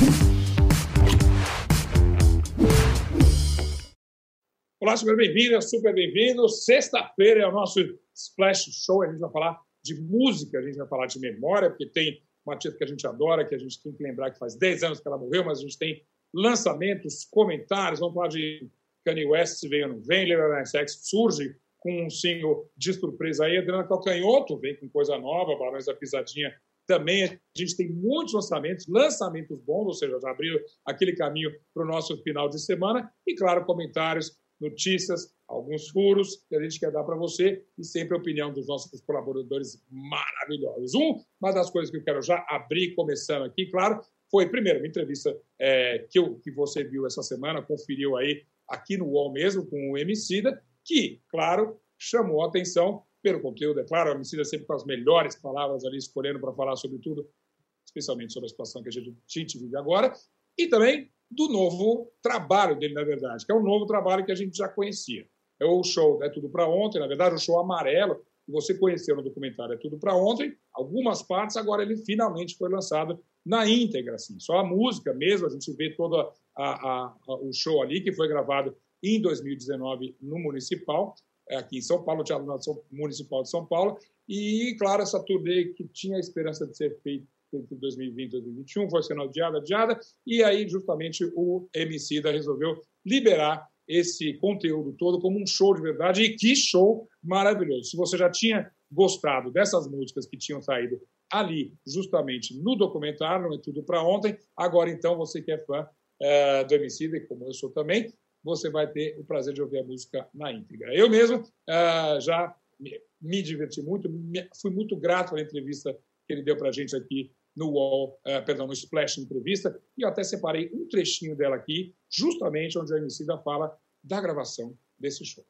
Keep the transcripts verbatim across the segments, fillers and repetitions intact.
Olá, super bem-vindo, super bem-vindo. Sexta-feira é o nosso Splash Show. A gente vai falar de música, a gente vai falar de memória, porque tem uma artista que a gente adora, que a gente tem que lembrar que faz dez anos que ela morreu, mas a gente tem lançamentos, comentários. Vamos falar de Kanye West, se vem ou não vem. Lil Nas X surge com um single de surpresa aí. Adriana Calcanhoto vem com coisa nova. Barões da Pisadinha também. A gente tem muitos lançamentos, lançamentos bons, ou seja, já abriu aquele caminho para o nosso final de semana. E, claro, comentários, notícias, alguns furos que a gente quer dar para você e sempre a opinião dos nossos colaboradores maravilhosos. Um, uma das coisas que eu quero já abrir, começando aqui, claro, foi, primeiro, uma entrevista é, que, eu, que você viu essa semana, conferiu aí aqui no U O L mesmo, com o Emicida, que, claro, chamou a atenção pelo conteúdo. É claro, o Emicida sempre com as melhores palavras ali, escolhendo para falar sobre tudo, especialmente sobre a situação que a gente, a gente vive agora, e também do novo trabalho dele, na verdade, que é um novo trabalho que a gente já conhecia. É o show É Tudo Pra Ontem, na verdade, o show amarelo, que você conheceu no documentário É Tudo Pra Ontem, algumas partes, agora ele finalmente foi lançado na íntegra, assim, só a música mesmo, a gente vê todo a, a, a, o show ali, que foi gravado em dois mil e dezenove no Municipal, aqui em São Paulo, no Teatro Municipal de São Paulo, e, claro, essa turnê que tinha a esperança de ser feita entre dois mil e vinte e dois mil e vinte e um, foi sendo adiada, adiada, e aí justamente o Emicida resolveu liberar esse conteúdo todo como um show de verdade, e que show maravilhoso. Se você já tinha gostado dessas músicas que tinham saído ali, justamente no documentário, não é tudo para ontem, agora então você que é fã uh, do Emicida, e como eu sou também, você vai ter o prazer de ouvir a música na íntegra. Eu mesmo uh, já me, me diverti muito, me, fui muito grato pela entrevista que ele deu para a gente aqui no U O L, uh, perdão, no Splash Entrevista, e eu até separei um trechinho dela aqui, justamente onde a Emicida fala da gravação desse show.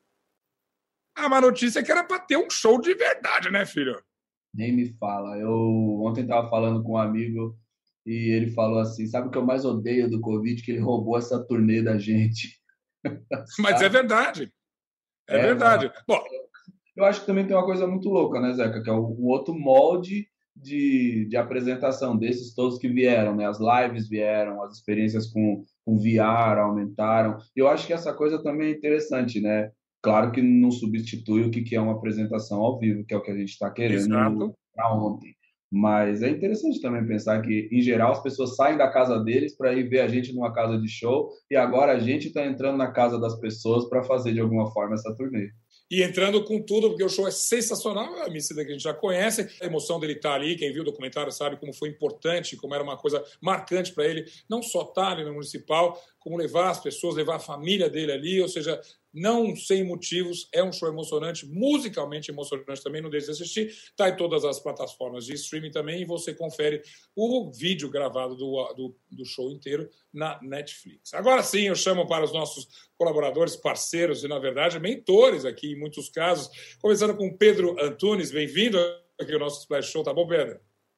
Ah, uma notícia que era para ter um show de verdade, né, filho? Nem me fala. Eu ontem estava falando com um amigo e ele falou assim, sabe o que eu mais odeio do Covid? Que ele roubou essa turnê da gente. Mas é verdade. É, é verdade. Mas... Bom, eu acho que também tem uma coisa muito louca, né, Zeca? Que é um outro molde De, de apresentação desses todos que vieram, né? As lives vieram, as experiências com, com V R aumentaram. E eu acho que essa coisa também é interessante, né? Claro que não substitui o que é uma apresentação ao vivo, que é o que a gente está querendo para ontem. Mas é interessante também pensar que, em geral, as pessoas saem da casa deles para ir ver a gente numa casa de show e agora a gente está entrando na casa das pessoas para fazer, de alguma forma, essa turnê. E entrando com tudo, porque o show é sensacional, a Emicida que a gente já conhece, a emoção dele estar ali, quem viu o documentário sabe como foi importante, como era uma coisa marcante para ele, não só estar ali no Municipal, como levar as pessoas, levar a família dele ali, ou seja, não sem motivos, é um show emocionante, musicalmente emocionante também, não deixe de assistir, está em todas as plataformas de streaming também, e você confere o vídeo gravado do, do, do show inteiro na Netflix. Agora sim, eu chamo para os nossos colaboradores, parceiros e, na verdade, mentores aqui, em muitos casos, começando com Pedro Antunes, bem-vindo aqui ao nosso Splash Show, tá bom, Pedro?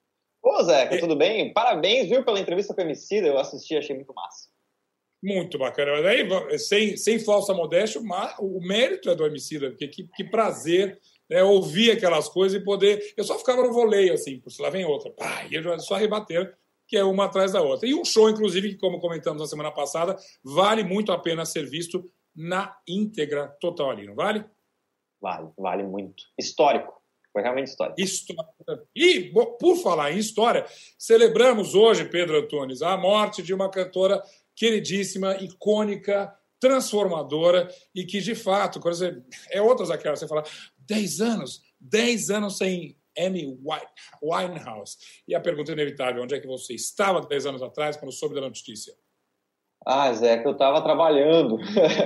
Ô, Zeca, e... tudo bem? Parabéns, viu, pela entrevista com a Emicida, eu assisti, achei muito massa. Muito bacana. Mas aí, sem, sem falsa modéstia, o mérito é do Emicida, porque que, que prazer, né, ouvir aquelas coisas e poder... Eu só ficava no voleio, assim, por se lá vem outra. Pá, e eu só rebater, que é uma atrás da outra. E um show, inclusive, que, como comentamos na semana passada, vale muito a pena ser visto na íntegra total ali, não vale? Vale, vale muito. Histórico. Foi realmente histórico. História. E, por falar em história, celebramos hoje, Pedro Antunes, a morte de uma cantora queridíssima, icônica, transformadora, e que, de fato, quando você, é outras aquelas, você fala, dez anos, dez anos sem Amy Winehouse. E a pergunta inevitável, onde é que você estava dez anos atrás, quando soube da notícia? Ah, Zé, que eu estava trabalhando.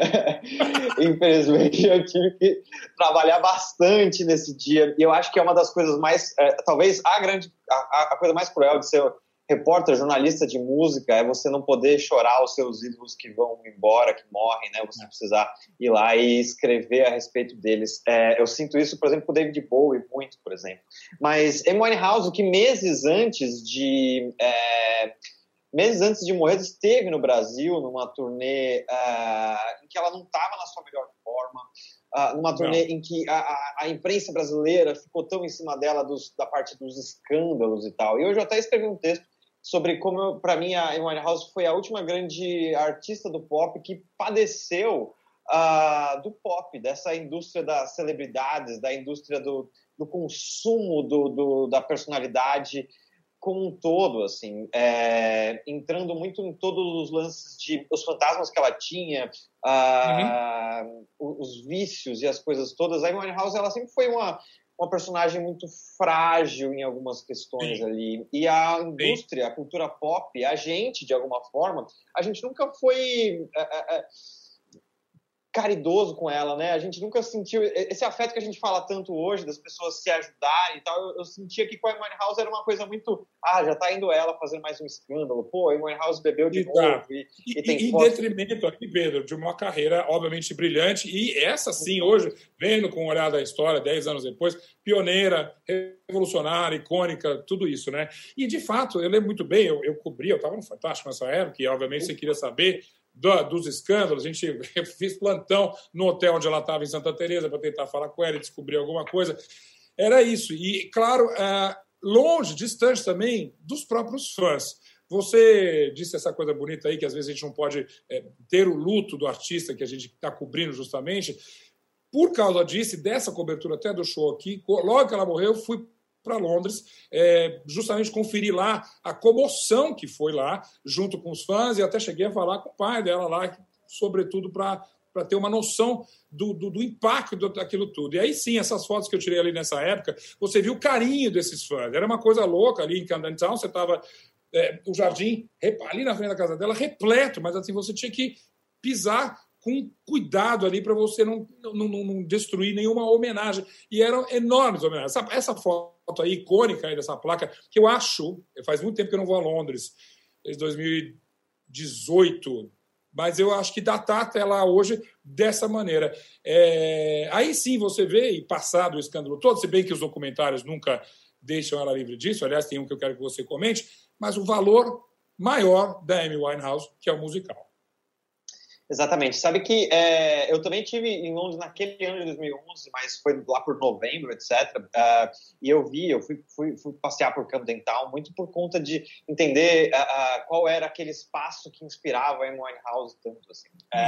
Infelizmente, eu tive que trabalhar bastante nesse dia. E eu acho que é uma das coisas mais, é, talvez a grande, a, a coisa mais cruel de ser repórter, jornalista de música, é você não poder chorar os seus ídolos que vão embora, que morrem, né? Você precisar ir lá e escrever a respeito deles. É, eu sinto isso, por exemplo, com o David Bowie, muito, por exemplo. Mas Amy Winehouse, que meses antes de... É, meses antes de morrer, esteve no Brasil, numa turnê uh, em que ela não estava na sua melhor forma, uh, numa turnê não. em que a, a, a imprensa brasileira ficou tão em cima dela dos, da parte dos escândalos e tal. E hoje eu até escrevi um texto sobre como, para mim, a Amy Winehouse foi a última grande artista do pop que padeceu uh, do pop, dessa indústria das celebridades, da indústria do, do consumo do, do, da personalidade como um todo, assim, é, entrando muito em todos os lances de os fantasmas que ela tinha, uh, uhum. os vícios e as coisas todas. A Amy Winehouse, ela sempre foi uma, uma personagem muito frágil em algumas questões Sim. ali. E a indústria, Sim. a cultura pop, a gente, de alguma forma, a gente nunca foi... Uh, uh, caridoso com ela, né? A gente nunca sentiu esse afeto que a gente fala tanto hoje, das pessoas se ajudarem e tal. Eu, eu sentia que com a Amy Winehouse era uma coisa muito... Ah, já tá indo ela fazendo mais um escândalo. Pô, a Amy Winehouse bebeu de Exato. novo. E, e, e tem em fotos... detrimento aqui, Pedro, de uma carreira obviamente brilhante e essa sim, hoje, vendo com o olhar da história, dez anos depois, pioneira, revolucionária, icônica, tudo isso, né? E, de fato, eu lembro muito bem, eu, eu cobri, eu estava no Fantástico nessa época e, obviamente, você queria saber Do, dos escândalos, a gente eu fiz plantão no hotel onde ela estava em Santa Teresa para tentar falar com ela e descobrir alguma coisa. Era isso. E, claro, é, longe, distante também dos próprios fãs. Você disse essa coisa bonita aí, que às vezes a gente não pode é, ter o luto do artista que a gente está cobrindo justamente. Por causa disso, e dessa cobertura até do show aqui, logo que ela morreu, eu fui para Londres, é, justamente conferir lá a comoção que foi lá, junto com os fãs, e até cheguei a falar com o pai dela lá, sobretudo para para ter uma noção do, do, do impacto daquilo tudo. E aí sim, essas fotos que eu tirei ali nessa época, você viu o carinho desses fãs. Era uma coisa louca ali em Camden Town, você estava... É, o jardim, ali na frente da casa dela, repleto, mas assim, você tinha que pisar com cuidado ali para você não, não, não, não destruir nenhuma homenagem. E eram enormes homenagens. Essa, essa foto aí, icônica aí dessa placa, que eu acho, faz muito tempo que eu não vou a Londres, desde dois mil e dezoito, mas eu acho que datar até lá hoje dessa maneira. É, aí sim você vê, e passado o escândalo todo, se bem que os documentários nunca deixam ela livre disso, aliás, tem um que eu quero que você comente, mas o valor maior da Amy Winehouse, que é o musical. Exatamente. Sabe que é, eu também tive em Londres naquele ano de dois mil e onze, mas foi lá por novembro, etcétera. Uh, e eu vi, eu fui, fui, fui passear por Camden Town muito por conta de entender uh, uh, qual era aquele espaço que inspirava a Amy Winehouse tanto. Assim.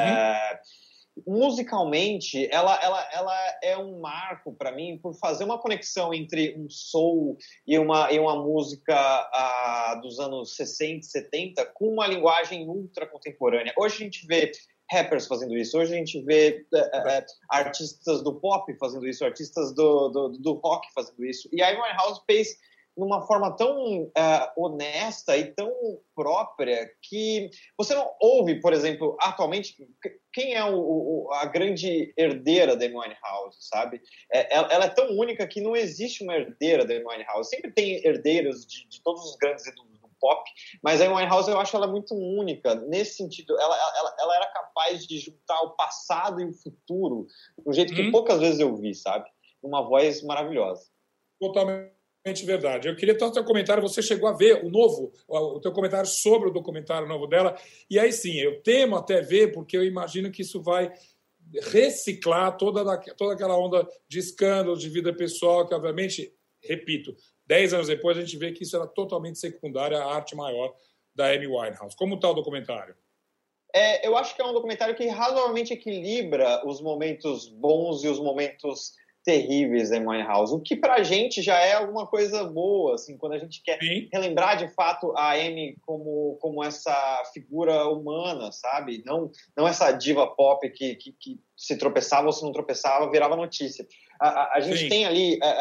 Uhum. Uh, musicalmente, ela, ela, ela é um marco para mim por fazer uma conexão entre um soul e uma, e uma música uh, dos anos sessenta, setenta com uma linguagem ultra contemporânea. Hoje a gente vê rappers fazendo isso, hoje a gente vê uh, uh, artistas do pop fazendo isso, artistas do, do, do rock fazendo isso. E a Amy Winehouse fez numa forma tão uh, honesta e tão própria que você não ouve, por exemplo, atualmente, quem é o, o, a grande herdeira da Amy Winehouse, sabe? É, ela é tão única que não existe uma herdeira da Amy Winehouse. Sempre tem herdeiros de, de todos os grandes ídolos do pop, mas a Amy Winehouse eu acho ela muito única nesse sentido. Ela, ela, ela era capaz de juntar o passado e o futuro de um jeito que hum. poucas vezes eu vi, sabe? Uma voz maravilhosa. Totalmente. Verdade. Eu queria o teu comentário, você chegou a ver o novo, o teu comentário sobre o documentário novo dela, e aí sim, eu temo até ver, porque eu imagino que isso vai reciclar toda, toda aquela onda de escândalo, de vida pessoal, que obviamente, repito, dez anos depois a gente vê que isso era totalmente secundário à arte maior da Amy Winehouse. Como está o documentário? É, eu acho que é um documentário que razoavelmente equilibra os momentos bons e os momentos terríveis da Amy Winehouse, o que pra gente já é alguma coisa boa, assim, quando a gente quer Sim. relembrar de fato a Amy como, como essa figura humana, sabe? Não, não essa diva pop que, que, que se tropeçava ou se não tropeçava, virava notícia. A, a, a gente Sim. tem ali a,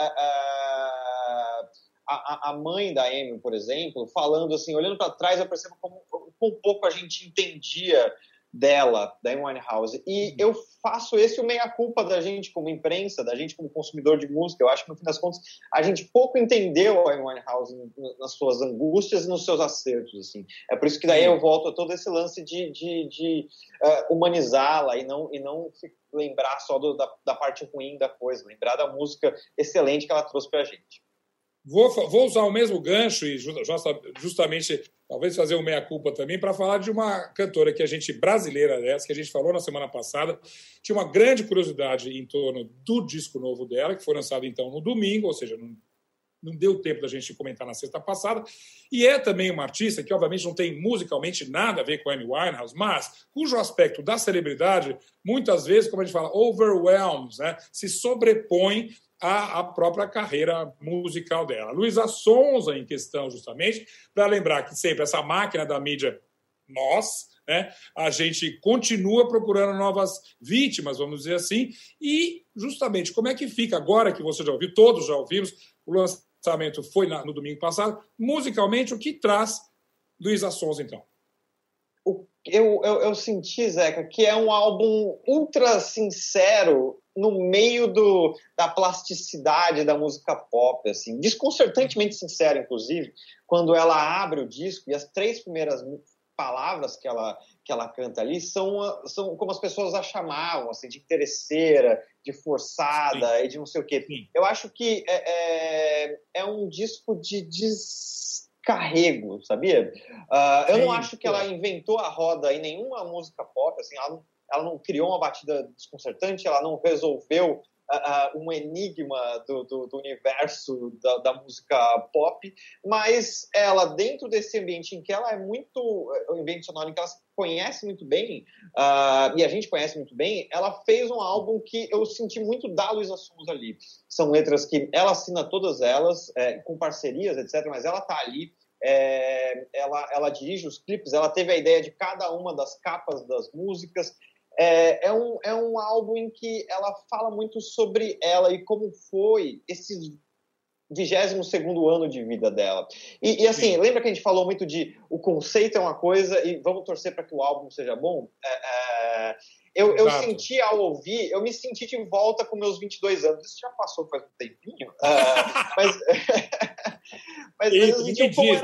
a, a, a mãe da Amy, por exemplo, falando assim, olhando para trás, eu percebo como um pouco a gente entendia dela, da Amy Winehouse. E eu faço esse o meia-culpa da gente como imprensa, da gente como consumidor de música. Eu acho que, no fim das contas, a gente pouco entendeu a Amy Winehouse nas suas angústias e nos seus acertos. Assim. É por isso que daí eu volto a todo esse lance de, de, de uh, humanizá-la e não, e não lembrar só do, da, da parte ruim da coisa, lembrar da música excelente que ela trouxe pra gente. Vou, vou usar o mesmo gancho e justamente talvez fazer o meia-culpa também para falar de uma cantora que a gente, brasileira dessa, que a gente falou na semana passada, tinha uma grande curiosidade em torno do disco novo dela, que foi lançado então no domingo, ou seja, no não deu tempo da gente comentar na sexta passada. E é também uma artista que, obviamente, não tem musicalmente nada a ver com a Amy Winehouse, mas cujo aspecto da celebridade, muitas vezes, como a gente fala, overwhelms, né? Se sobrepõe à, à própria carreira musical dela. Luísa Sonza, em questão, justamente, para lembrar que sempre essa máquina da mídia, nós, né, a gente continua procurando novas vítimas, vamos dizer assim, e justamente como é que fica agora que você já ouviu, todos já ouvimos, o lançamento foi na, no domingo passado, musicalmente, o que traz Luísa Sonza, então? O, eu, eu, eu senti, Zeca, que é um álbum ultra sincero no meio do, da plasticidade da música pop, assim, desconcertantemente sincero, inclusive, quando ela abre o disco e as três primeiras palavras que ela, que ela canta ali são, são como as pessoas a chamavam, assim, de interesseira, de forçada, sim, e de não sei o quê. Sim. Eu acho que é, é, é um disco de descarrego, sabia? Uh, eu sim, não acho que ela inventou a roda em nenhuma música pop, assim, ela não, ela não criou uma batida desconcertante, ela não resolveu Uh, um enigma do, do, do universo da, da música pop, mas ela, dentro desse ambiente em que ela é muito, o ambiente sonoro em que ela se conhece muito bem, uh, e a gente conhece muito bem, ela fez um álbum que eu senti muito da Luísa Sonza ali. São letras que ela assina todas elas, é, com parcerias, etcétera, mas ela tá ali, é, ela, ela dirige os clipes, ela teve a ideia de cada uma das capas das músicas. É, é, um, é um álbum em que ela fala muito sobre ela e como foi esse vigésimo segundo ano de vida dela. E, e assim, sim, lembra que a gente falou muito de o conceito é uma coisa e vamos torcer para que o álbum seja bom? É, é, eu, eu senti ao ouvir, eu me senti de volta com meus vinte e dois anos. Isso já passou faz um tempinho, é, mas, mas, mas eu senti um pouco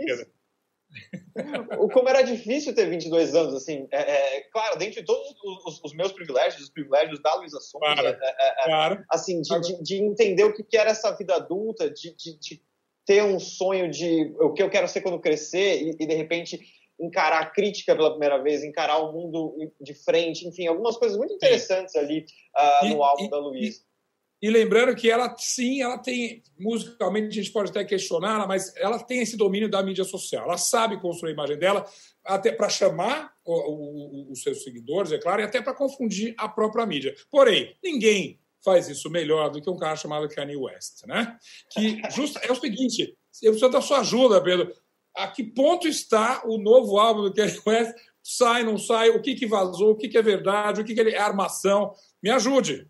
como era difícil ter vinte e dois anos, assim, é, é, claro, dentro de todos os, os meus privilégios, os privilégios da Luísa Sonza, claro, é, é, claro. assim, de, de, de entender o que era essa vida adulta, de, de, de ter um sonho de o que eu quero ser quando crescer e, e, de repente, encarar a crítica pela primeira vez, encarar o mundo de frente, enfim, algumas coisas muito interessantes sim, ali uh, e, no álbum e, da Luísa. E lembrando que ela, sim, ela tem, musicalmente, a gente pode até questioná-la, mas ela tem esse domínio da mídia social. Ela sabe construir a imagem dela, até para chamar o, o, os seus seguidores, é claro, e até para confundir a própria mídia. Porém, ninguém faz isso melhor do que um cara chamado Kanye West, né? Que justo, é o seguinte, eu preciso da sua ajuda, Pedro. A que ponto está o novo álbum do Kanye West? Sai, não sai? O que, que vazou? O que, que é verdade? O que, que é armação? Me ajude.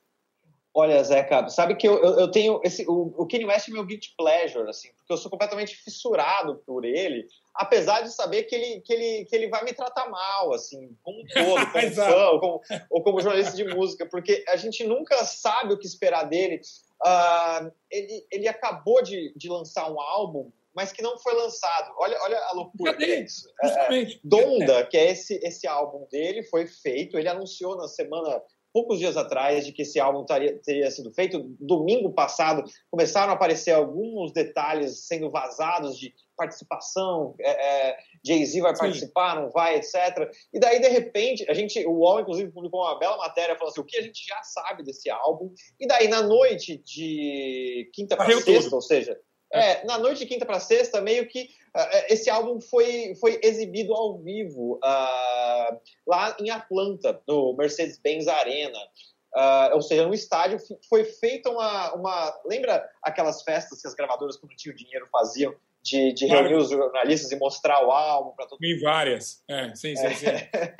Olha, Zeca, sabe que eu, eu, eu tenho esse, o, o Kanye West é meu guilty pleasure, assim, porque eu sou completamente fissurado por ele, apesar de saber que ele, que ele, que ele vai me tratar mal, assim, como um todo, como fã, ou como, ou como jornalista de música, porque a gente nunca sabe o que esperar dele. Uh, ele, ele acabou de, de lançar um álbum, mas que não foi lançado. Olha, olha a loucura que é isso. É, Donda, que é esse, esse álbum dele, foi feito, ele anunciou na semana... poucos dias atrás de que esse álbum taria, teria sido feito. Domingo passado começaram a aparecer alguns detalhes sendo vazados de participação, é, é, Jay-Z vai participar, sim, não vai, etcétera. E daí, de repente, a gente, o U O L, inclusive, publicou uma bela matéria falando assim, o que a gente já sabe desse álbum. E daí, na noite de quinta para sexta, tudo. ou seja... É, na noite de quinta para sexta, meio que uh, esse álbum foi, foi exibido ao vivo uh, lá em Atlanta, no Mercedes-Benz Arena. Uh, ou seja, no estádio foi feita uma, uma... Lembra aquelas festas que as gravadoras, quando tinham dinheiro, faziam de, de reunir os jornalistas e mostrar o álbum para todo mundo? Em várias. É, sim, sim, sim.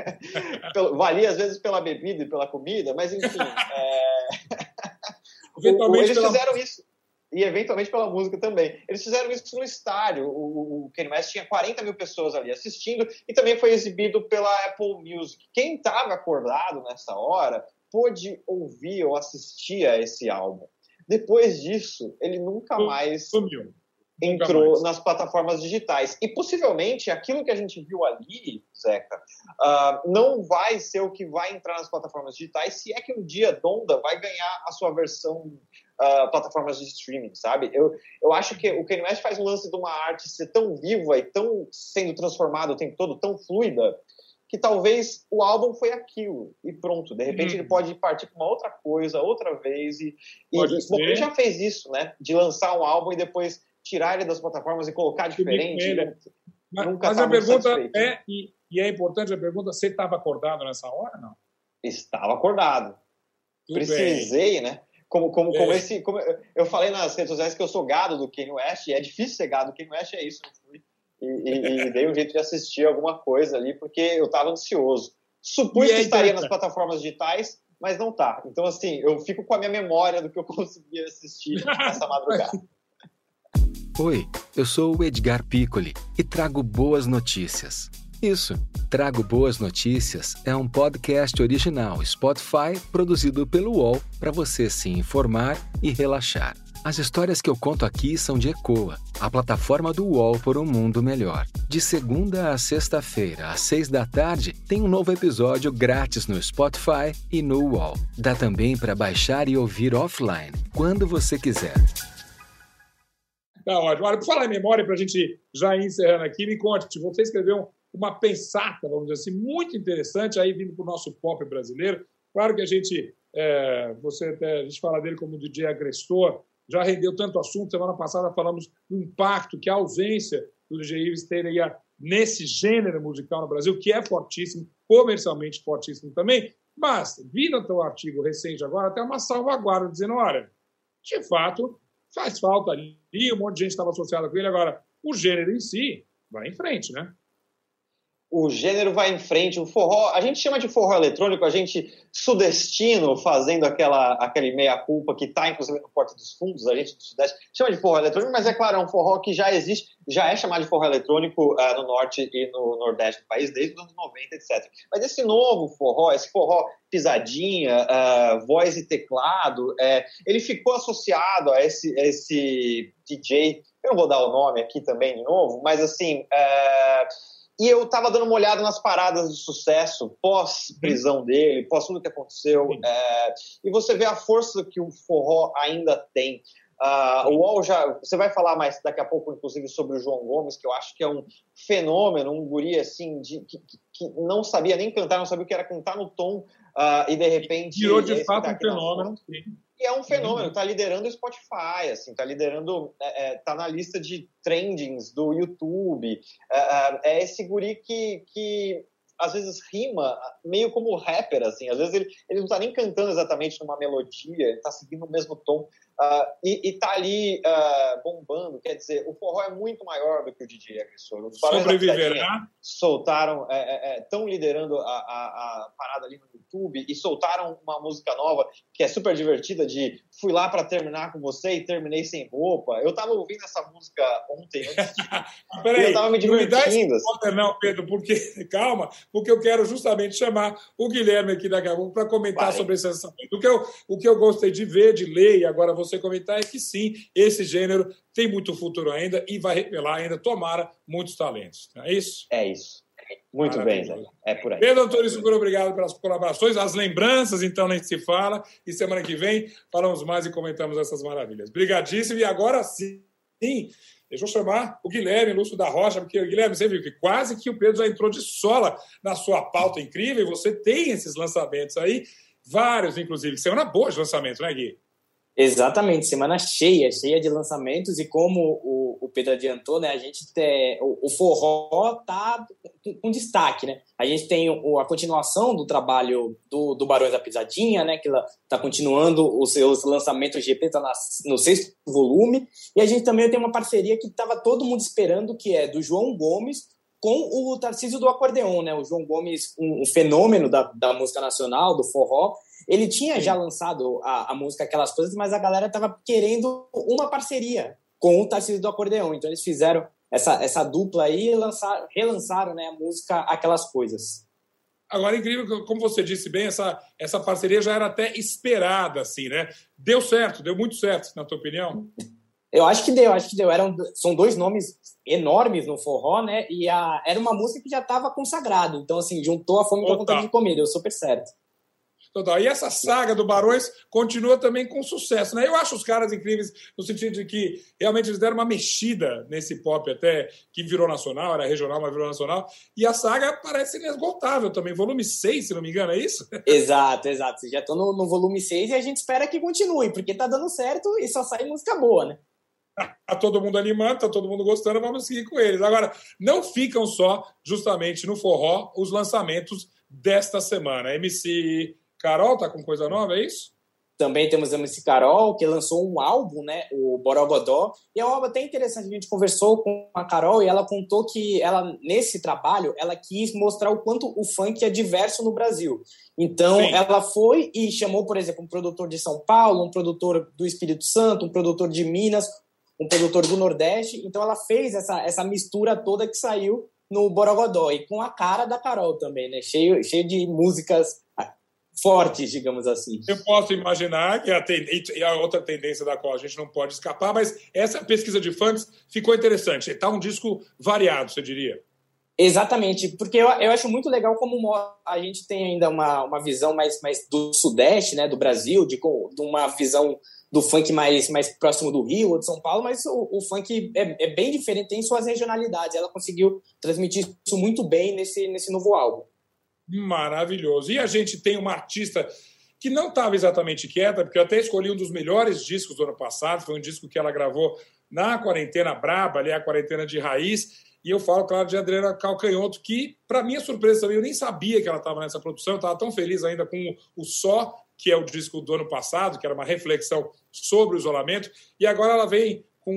É. Valia, às vezes, pela bebida e pela comida, mas, enfim... é... Eventualmente Eles pela... fizeram isso. E, eventualmente, pela música também. Eles fizeram isso no estádio. O, o Kanye West tinha quarenta mil pessoas ali assistindo e também foi exibido pela Apple Music. Quem estava acordado nessa hora pôde ouvir ou assistir a esse álbum. Depois disso, ele nunca mais Sumiu. entrou nunca mais. nas plataformas digitais. E, possivelmente, aquilo que a gente viu ali, Zeca, uh, não vai ser o que vai entrar nas plataformas digitais, se é que um dia Donda vai ganhar a sua versão... Uh, plataformas de streaming, sabe? Eu, eu acho que o Kanye West faz um lance de uma arte ser tão viva e tão sendo transformada o tempo todo, tão fluida, que talvez o álbum foi aquilo, e pronto. De repente hum. ele pode partir para uma outra coisa, outra vez, e, e Pode bom, ser. ele já fez isso, né? De lançar um álbum e depois tirar ele das plataformas e colocar diferente. Ele. Mas, Nunca mas tá a pergunta satisfeito. é, e, e é importante a pergunta, você estava acordado nessa hora, não? Estava acordado. Tudo Precisei, bem. né? Como, como, É. como esse. Como eu falei nas redes sociais que eu sou gado do Kanye West, e é difícil ser gado do Kanye West, é isso. Eu fui e, e, e dei um jeito de assistir alguma coisa ali, porque eu estava ansioso. Supus E que aí, estaria então, nas plataformas digitais, mas não tá. Então, assim, eu fico com a minha memória do que eu conseguia assistir nessa madrugada. Oi, eu sou o Edgar Piccoli e trago boas notícias. Isso, Trago Boas Notícias é um podcast original Spotify produzido pelo U O L para você se informar e relaxar. As histórias que eu conto aqui são de Ecoa, a plataforma do U O L por um mundo melhor. De segunda a sexta-feira, às seis da tarde, tem um novo episódio grátis no Spotify e no U O L. Dá também para baixar e ouvir offline, quando você quiser. Tá ótimo. Olha, por falar em memória, para a gente já ir encerrando aqui, me conte, você escreveu uma pensata, vamos dizer assim, muito interessante, aí vindo para o nosso pop brasileiro. Claro que a gente, é, você até, a gente fala dele como D J agressor, já rendeu tanto assunto. Semana passada falamos do impacto que a ausência do D J Ives teria nesse gênero musical no Brasil, que é fortíssimo, comercialmente fortíssimo também, mas, vindo até o artigo recente agora, até uma salvaguarda, dizendo, olha, de fato, faz falta ali, um monte de gente estava associada com ele, agora, o gênero em si vai em frente, né? O gênero vai em frente, o forró, a gente chama de forró eletrônico, a gente sudestino fazendo aquela, aquele meia-culpa que está, inclusive, no Porta dos Fundos, a gente do Sudeste chama de forró eletrônico, mas é claro, é um forró que já existe, já é chamado de forró eletrônico uh, no Norte e no Nordeste do país desde os anos noventa, etcétera. Mas esse novo forró, esse forró pisadinha, uh, voz e teclado, uh, ele ficou associado a esse, a esse D J, eu não vou dar o nome aqui também de novo, mas assim... Uh, E eu estava dando uma olhada nas paradas de sucesso pós-prisão dele, pós tudo que aconteceu. É, e você vê a força que o forró ainda tem. Uh, o U O L já... Você vai falar mais daqui a pouco, inclusive, sobre o João Gomes, que eu acho que é um fenômeno, um guri, assim, de, que, que não sabia nem cantar, não sabia o que era cantar no tom, uh, e de repente... Virou de fato um fenômeno. E é um fenômeno, está liderando o Spotify, assim, está liderando, é, é, tá na lista de trendings do YouTube. É, é esse guri que, que às vezes rima meio como rapper, assim, às vezes ele, ele não está nem cantando exatamente numa melodia, ele está seguindo o mesmo tom. Uh, e está ali uh, bombando, quer dizer, o forró é muito maior do que o D J agressor. Os Sobreviverá. Soltaram, estão é, é, liderando a, a, a parada ali no YouTube e soltaram uma música nova que é super divertida, de fui lá para terminar com você e terminei sem roupa. Eu estava ouvindo essa música ontem, antes de... Peraí, eu estava me divertindo. Não, não, Pedro, porque, calma, porque eu quero justamente chamar o Guilherme aqui daqui a pouco para comentar Vai. sobre esse lançamento. O que, eu, o que eu gostei de ver, de ler, e agora você comentar, é que sim, esse gênero tem muito futuro ainda e vai revelar ainda, tomara, muitos talentos. Não é isso? É isso. Muito bem, Zé. É por aí. Pedro Antônio, super obrigado pelas colaborações, as lembranças, então, nem se fala, e semana que vem falamos mais e comentamos essas maravilhas. Obrigadíssimo, e agora sim, deixa eu chamar o Guilherme Lúcio da Rocha, porque, Guilherme, você viu que quase que o Pedro já entrou de sola na sua pauta incrível, e você tem esses lançamentos aí, vários, inclusive, semana boa de lançamento, né, Gui? Exatamente, semana cheia, cheia de lançamentos, e como o, o Pedro adiantou, né, a gente tem, o, o forró tá com, com destaque, né? A gente tem o, a continuação do trabalho do, do Barões da Pisadinha, né, que ela tá continuando os seus lançamentos, o G P tá na, no sexto volume, e a gente também tem uma parceria que estava todo mundo esperando, que é do João Gomes com o Tarcísio do Acordeon, né? O João Gomes, um, um fenômeno da, da música nacional, do forró. Ele tinha já lançado a, a música Aquelas Coisas, mas a galera estava querendo uma parceria com o Tarcísio do Acordeon. Então eles fizeram essa, essa dupla aí e lançaram, relançaram, né, a música Aquelas Coisas. Agora, incrível, como você disse bem, essa, essa parceria já era até esperada, assim, né? Deu certo, deu muito certo, na tua opinião? Eu acho que deu, acho que deu. Eram, são dois nomes enormes no forró, né? E a, era uma música que já estava consagrada. Então, assim, juntou a fome com a vontade de comer. Deu super certo. Total. E essa saga do Barões continua também com sucesso, né? Eu acho os caras incríveis no sentido de que realmente eles deram uma mexida nesse pop até que virou nacional, era regional, mas virou nacional. E a saga parece inesgotável também. Volume seis, se não me engano, é isso? Exato, exato. Vocês já estão no, no volume seis e a gente espera que continue, porque tá dando certo e só sai música boa, né? Tá todo mundo animando, tá todo mundo gostando, vamos seguir com eles. Agora, não ficam só justamente no forró os lançamentos desta semana. M C Carol tá com coisa nova, é isso? Também temos a M C Carol, que lançou um álbum, né, o Borogodó, e é um álbum até interessante. A gente conversou com a Carol e ela contou que ela, nesse trabalho, ela quis mostrar o quanto o funk é diverso no Brasil. Então, Sim. ela foi e chamou, por exemplo, um produtor de São Paulo, um produtor do Espírito Santo, um produtor de Minas, um produtor do Nordeste. Então, ela fez essa, essa mistura toda que saiu no Borogodó, e com a cara da Carol também, né, cheio, cheio de músicas fortes, digamos assim. Eu posso imaginar que a, ten... e a outra tendência da qual a gente não pode escapar, mas essa pesquisa de funks ficou interessante. Está um disco variado, você diria? Exatamente, porque eu, eu acho muito legal como a gente tem ainda uma, uma visão mais, mais do Sudeste, né, do Brasil, de, de uma visão do funk mais, mais próximo do Rio ou de São Paulo, mas o, o funk é, é bem diferente, tem suas regionalidades. Ela conseguiu transmitir isso muito bem nesse, nesse novo álbum. Maravilhoso. E a gente tem uma artista que não estava exatamente quieta, porque eu até escolhi um dos melhores discos do ano passado, foi um disco que ela gravou na quarentena braba, ali a quarentena de raiz, e eu falo, claro, de Adriana Calcanhoto, que, para minha surpresa também, eu nem sabia que ela estava nessa produção, eu estava tão feliz ainda com o Só, que é o disco do ano passado, que era uma reflexão sobre o isolamento, e agora ela vem com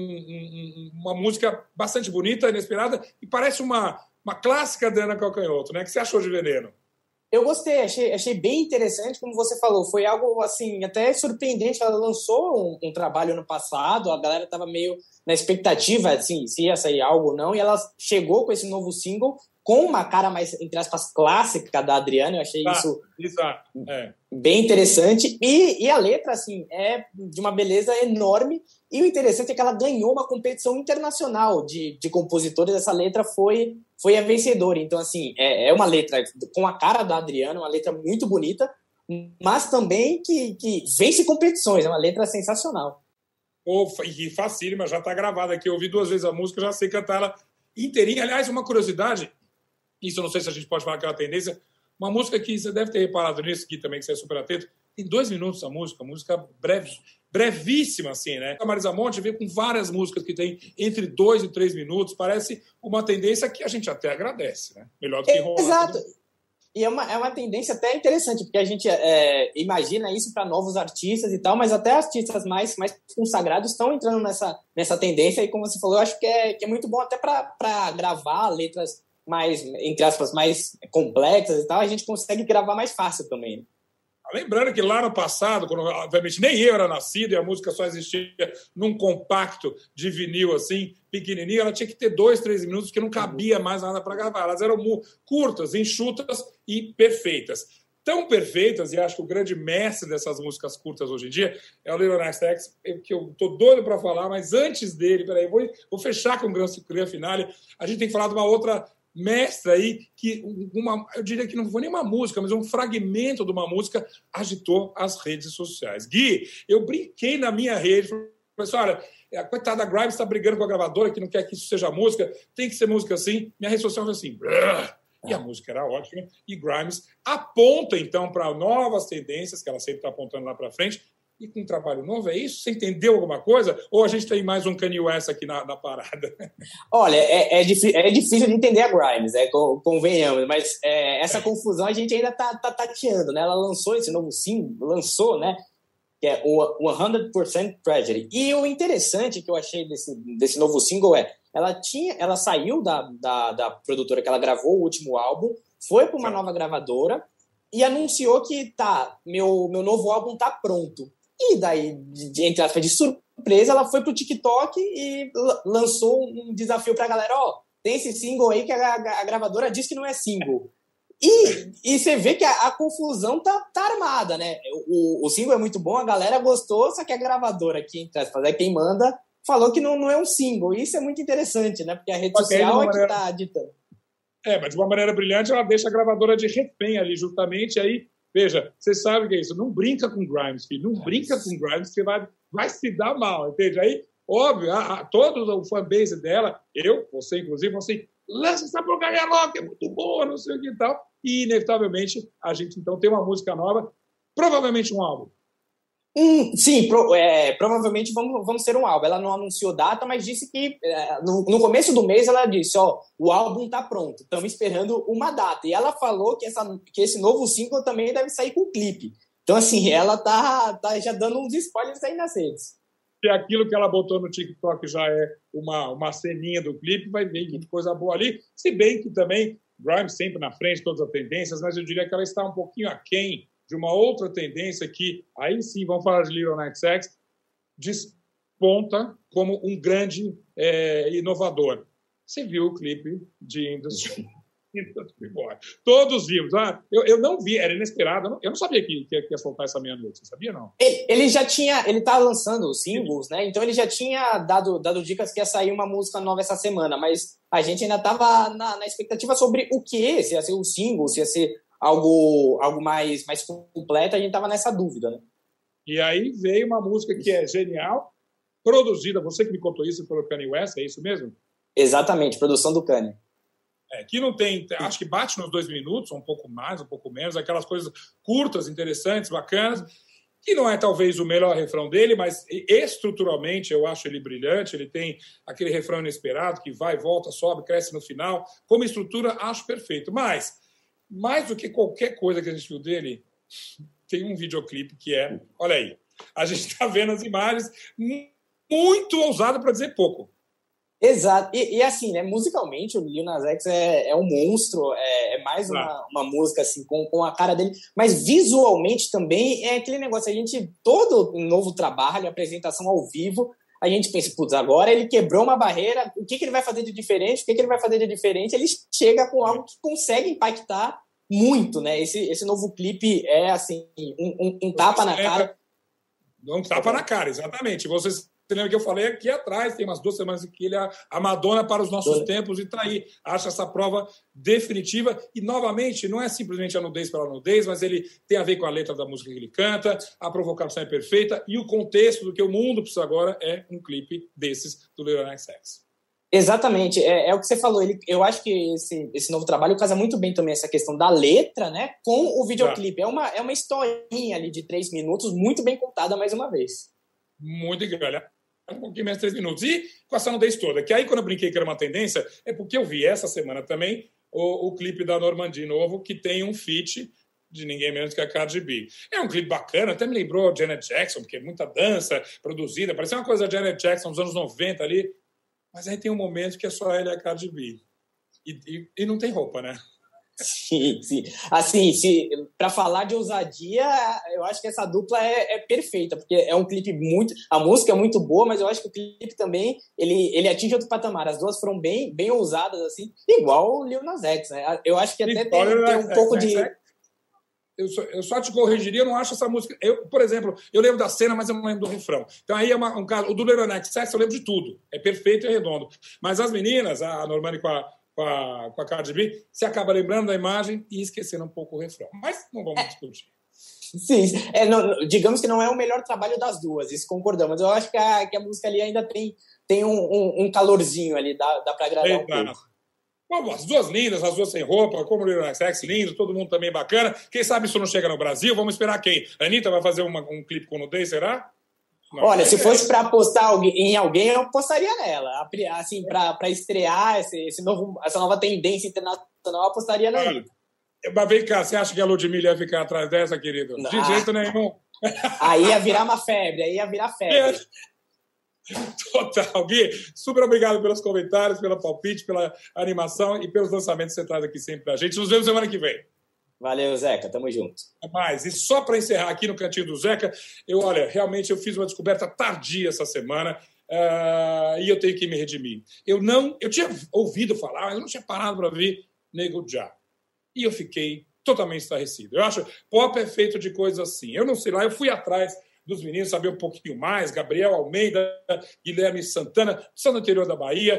uma música bastante bonita, inesperada, e parece uma... Uma clássica da Ana Calcanhoto, né? O que você achou de Veneno? Eu gostei, achei, achei bem interessante, como você falou. Foi algo, assim, até surpreendente. Ela lançou um, um trabalho ano passado, a galera estava meio na expectativa, assim, se ia sair algo ou não, e ela chegou com esse novo single com uma cara mais, entre aspas, clássica da Adriana. Eu achei ah, isso exato. É. bem interessante. E, e a letra, assim, é de uma beleza enorme. E o interessante é que ela ganhou uma competição internacional de, de compositores. Essa letra foi, foi a vencedora. Então, assim, é, é uma letra com a cara da Adriana, uma letra muito bonita, mas também que, que vence competições. É uma letra sensacional. Oh, e facílima, já está gravada aqui. Eu ouvi duas vezes a música, já sei cantar ela inteirinha. Aliás, uma curiosidade, isso eu não sei se a gente pode falar que é uma tendência, uma música que você deve ter reparado nisso aqui também, que você é super atento, tem dois minutos a música, música breve, brevíssima, assim, né? A Marisa Monte vem com várias músicas que tem entre dois e três minutos, parece uma tendência que a gente até agradece, né? Melhor do que rolar. Exato. E é uma, é uma tendência até interessante, porque a gente é, imagina isso para novos artistas e tal, mas até artistas mais, mais consagrados estão entrando nessa, nessa tendência, e como você falou, eu acho que é, que é muito bom até para gravar letras mais, entre aspas, mais complexas e tal, a gente consegue gravar mais fácil também, né? Lembrando que lá no passado, quando, obviamente, nem eu era nascido e a música só existia num compacto de vinil, assim, pequenininho, ela tinha que ter dois, três minutos, porque não cabia mais nada para gravar. Elas eram curtas, enxutas e perfeitas. Tão perfeitas, e acho que o grande mestre dessas músicas curtas hoje em dia é o Lil Nas X, que eu tô doido para falar, mas antes dele, peraí, vou, vou fechar com o grande finale, a gente tem que falar de uma outra mestra aí, que uma, eu diria que não foi nem uma música, mas um fragmento de uma música agitou as redes sociais. Gui, eu brinquei na minha rede, falei assim, olha, a coitada da Grimes está brigando com a gravadora que não quer que isso seja música, tem que ser música assim. Minha rede social foi assim, brrr, e a música era ótima, e Grimes aponta então para novas tendências, que ela sempre está apontando lá para frente, e com um trabalho novo, é isso? Você entendeu alguma coisa? Ou a gente tem mais um Kanye West aqui na, na parada? Olha, é, é, é difícil de entender a Grimes, é, convenhamos, mas é, essa confusão a gente ainda tá, tá tateando, né? Ela lançou esse novo single, lançou, né? Que é o cem por cento Tragedy. E o interessante que eu achei desse, desse novo single é, ela, tinha, ela saiu da, da, da produtora que ela gravou o último álbum, foi para uma nova gravadora e anunciou que tá, meu, meu novo álbum tá pronto. E daí, de, entre aspas, de surpresa, ela foi pro TikTok e lançou um desafio pra galera, ó, oh, tem esse single aí que a, a, a gravadora diz que não é single. E, e você vê que a, a confusão tá, tá armada, né? O, o single é muito bom, a galera gostou, só que a gravadora aqui, entre aspas, é quem manda, falou que não, não é um single. E isso é muito interessante, né? Porque a rede social é que tá ditando. É, mas de uma maneira brilhante, ela deixa a gravadora de refém ali, justamente, aí Veja, você sabe o que é isso. Não brinca com Grimes, filho. Não brinca com Grimes, você vai, vai se dar mal, entende? Aí, óbvio, a, a, todo o fanbase dela, eu, você inclusive, vão assim, lança essa porcaria logo, que é muito boa, não sei o que e tal. E, inevitavelmente, a gente, então, tem uma música nova, provavelmente um álbum. Hum, sim, pro, é, provavelmente vamos, vamos ter um álbum. Ela não anunciou data, mas disse que é, no, no começo do mês ela disse, ó, o álbum tá pronto, estamos esperando uma data. E ela falou que, essa, que esse novo single também deve sair com clipe. Então, assim, ela tá, tá já dando uns spoilers aí nas redes. Se aquilo que ela botou no TikTok já é uma, uma ceninha do clipe, vai ver que coisa boa ali. Se bem que também, Grimes sempre na frente, todas as tendências, mas eu diria que ela está um pouquinho aquém de uma outra tendência que, aí sim, vamos falar de Lil Nas X, desponta como um grande é, inovador. Você viu o clipe de Industry, Industry Boy. Todos vimos. Ah, eu, eu não vi, era inesperado. Eu não, eu não sabia que, que ia soltar essa meia-noite. Você sabia, não? Ele, ele já tinha, ele tá lançando os singles, né? Então ele já tinha dado, dado dicas que ia sair uma música nova essa semana, mas a gente ainda tava na, na expectativa sobre o que, se ia ser o single, se ia ser algo, algo mais, mais completo, a gente estava nessa dúvida, né? E aí veio uma música que é genial, produzida, você que me contou isso pelo Kanye West, é isso mesmo? Exatamente, produção do Kanye. É, que não tem, acho que bate nos dois minutos, um pouco mais, um pouco menos, aquelas coisas curtas, interessantes, bacanas, que não é talvez o melhor refrão dele, mas estruturalmente eu acho ele brilhante, ele tem aquele refrão inesperado que vai, volta, sobe, cresce no final, como estrutura acho perfeito, mas mais do que qualquer coisa que a gente viu dele, tem um videoclipe que é, olha aí, a gente está vendo as imagens, muito ousado para dizer pouco. Exato, e, e assim, né, musicalmente o Lil Nas X é, é um monstro, é, é mais uma, ah. uma música assim, com, com a cara dele, mas visualmente também é aquele negócio, a gente, todo novo trabalho, apresentação ao vivo, a gente pensa, putz, agora ele quebrou uma barreira, o que, que ele vai fazer de diferente, o que, que ele vai fazer de diferente, ele chega com algo que consegue impactar muito, né? Esse, esse novo clipe é, assim, um, um, um tapa na cara. Um tapa na cara, exatamente. Vocês lembram que eu falei aqui atrás, tem umas duas semanas que ele é a Madonna para os nossos Dona. tempos e está aí. Acha essa prova definitiva e, novamente, não é simplesmente a nudez pela nudez, mas ele tem a ver com a letra da música que ele canta, a provocação é perfeita e o contexto do que o mundo precisa agora é um clipe desses do Lil Nas X. Exatamente, é, é o que você falou. Ele, eu acho que esse, esse novo trabalho casa muito bem também essa questão da letra, né, com o videoclipe. É uma, é uma historinha ali de três minutos, muito bem contada mais uma vez. Muito incrível. Um pouquinho menos de três minutos. E com essa nudez toda, que aí quando eu brinquei que era uma tendência, é porque eu vi essa semana também o, o clipe da Normandie novo, que tem um feat de ninguém menos que a Cardi B. É um clipe bacana, até me lembrou Janet Jackson, porque é muita dança produzida, parecia uma coisa da Janet Jackson dos anos noventa ali, mas aí tem um momento que é só ela e a Cardi B. E, e, e não tem roupa, né? Sim, sim. Assim, se, pra falar de ousadia, eu acho que essa dupla é, é perfeita, porque é um clipe muito... A música é muito boa, mas eu acho que o clipe também, ele, ele atinge outro patamar. As duas foram bem, bem ousadas, assim, igual o Lil Nas X, né? Eu acho que até tem, tem um pouco de... Eu só, eu só te corrigiria, eu não acho essa música... Eu, por exemplo, eu lembro da cena, mas eu não lembro do refrão. Então aí é uma, um caso... O do Lil Nas X eu lembro de tudo. É perfeito e redondo. Mas as meninas, a Normani com a... Com a, com a Cardi B, você acaba lembrando da imagem e esquecendo um pouco o refrão. Mas não vamos é. discutir. Sim, é, não, digamos que não é o melhor trabalho das duas, isso concordamos. Eu acho que a, que a música ali ainda tem, tem um, um, um calorzinho ali, dá, dá pra agradar Eita. um pouco. Bom, as duas lindas, as duas sem roupa, como o Lil Nas X, lindo, todo mundo também bacana. Quem sabe isso não chega no Brasil? Vamos esperar quem? A Anitta vai fazer uma, um clipe com nudez, será? Não, Olha, é se fosse para apostar em alguém, eu apostaria nela. Assim, para estrear esse, esse novo, essa nova tendência internacional, eu apostaria na Anitta. Ah, mas vem cá, você acha que a Ludmilla ia ficar atrás dessa, querido? Não. De jeito nenhum. Aí ia virar uma febre, aí ia virar febre. Total, Gui. Super obrigado pelos comentários, pelo palpite, pela animação e pelos lançamentos que você traz aqui sempre pra gente. Nos vemos semana que vem. Valeu, Zeca. Tamo junto. Mas, e só para encerrar aqui no Cantinho do Zeca, eu, olha, realmente eu fiz uma descoberta tardia essa semana uh, e eu tenho que me redimir. Eu não, eu tinha ouvido falar, mas eu não tinha parado para ver Nego Já. E eu fiquei totalmente estarrecido. Eu acho pop é feito de coisas assim. Eu não sei lá, eu fui atrás dos meninos saber um pouquinho mais. Gabriel Almeida, Guilherme Santana, são do interior da Bahia,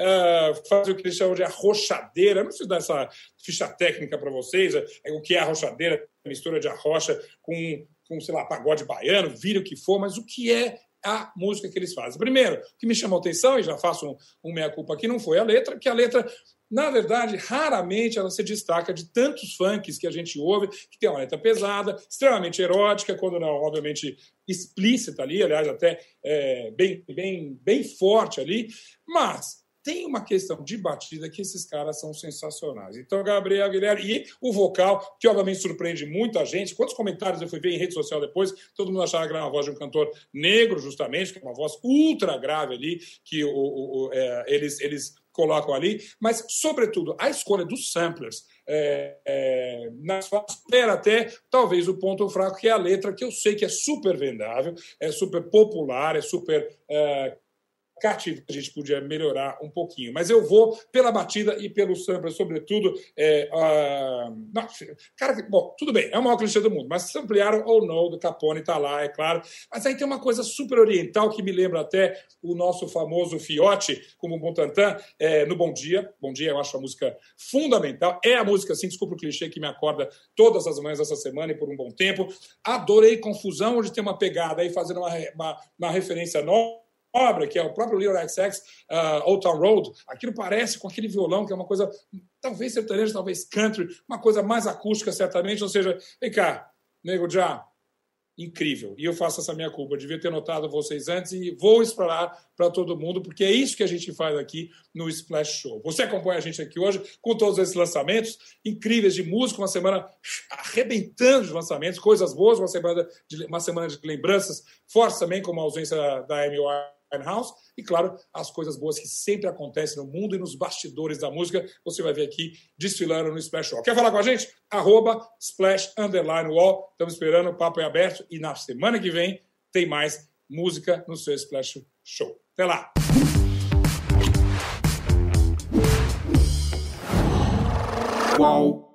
uh, fazem o que eles chamam de arrochadeira. Não preciso dar essa ficha técnica para vocês, é, o que é arrochadeira, mistura de arrocha com, com, sei lá, pagode baiano, vira o que for, mas o que é a música que eles fazem. Primeiro, o que me chamou a atenção, e já faço um, um meia-culpa aqui, não foi a letra, porque a letra, na verdade, raramente ela se destaca de tantos funks que a gente ouve, que tem uma letra pesada, extremamente erótica, quando não, obviamente, explícita ali, aliás, até é, bem, bem, bem forte ali, mas tem uma questão de batida que esses caras são sensacionais. Então, Gabriel, Guilherme, e o vocal, que obviamente surpreende muita gente. Quantos comentários eu fui ver em rede social depois, todo mundo achava que era uma voz de um cantor negro, justamente, que é uma voz ultra grave ali, que o, o, o, é, eles, eles colocam ali, mas, sobretudo, a escolha dos samplers, é, é, nas supera até, talvez, o ponto fraco, que é a letra, que eu sei que é super vendável, é super popular, é super... É, cativo, a gente podia melhorar um pouquinho. Mas eu vou pela batida e pelo sampler, sobretudo. É, uh... não, cara, bom, tudo bem, é o maior clichê do mundo, mas samplearam ou não do Capone, tá lá, é claro. Mas aí tem uma coisa super oriental que me lembra até o nosso famoso Fiote, como Bom Tantan, é, no Bom Dia. Bom Dia eu acho a música fundamental. É a música, assim, desculpa o clichê, que me acorda todas as manhãs dessa semana e por um bom tempo. Adorei Confusão, onde tem uma pegada aí fazendo uma, uma, uma referência nova, obra, que é o próprio Lil Nas X, uh, Old Town Road. Aquilo parece com aquele violão, que é uma coisa talvez sertaneja, talvez country, uma coisa mais acústica, certamente. Ou seja, vem cá, Nego Já, incrível. E eu faço essa minha culpa. Eu devia ter notado vocês antes e vou explorar para todo mundo, porque é isso que a gente faz aqui no Splash Show. Você acompanha a gente aqui hoje com todos esses lançamentos incríveis de música, uma semana arrebentando de lançamentos, coisas boas, uma semana de, uma semana de lembranças fortes também, como a ausência da Amy Winehouse, e, claro, as coisas boas que sempre acontecem no mundo e nos bastidores da música, você vai ver aqui desfilando no Splash Show. Quer falar com a gente? Arroba Splash Underline Wall. Estamos esperando, o papo é aberto e na semana que vem tem mais música no seu Splash Show. Até lá! Qual?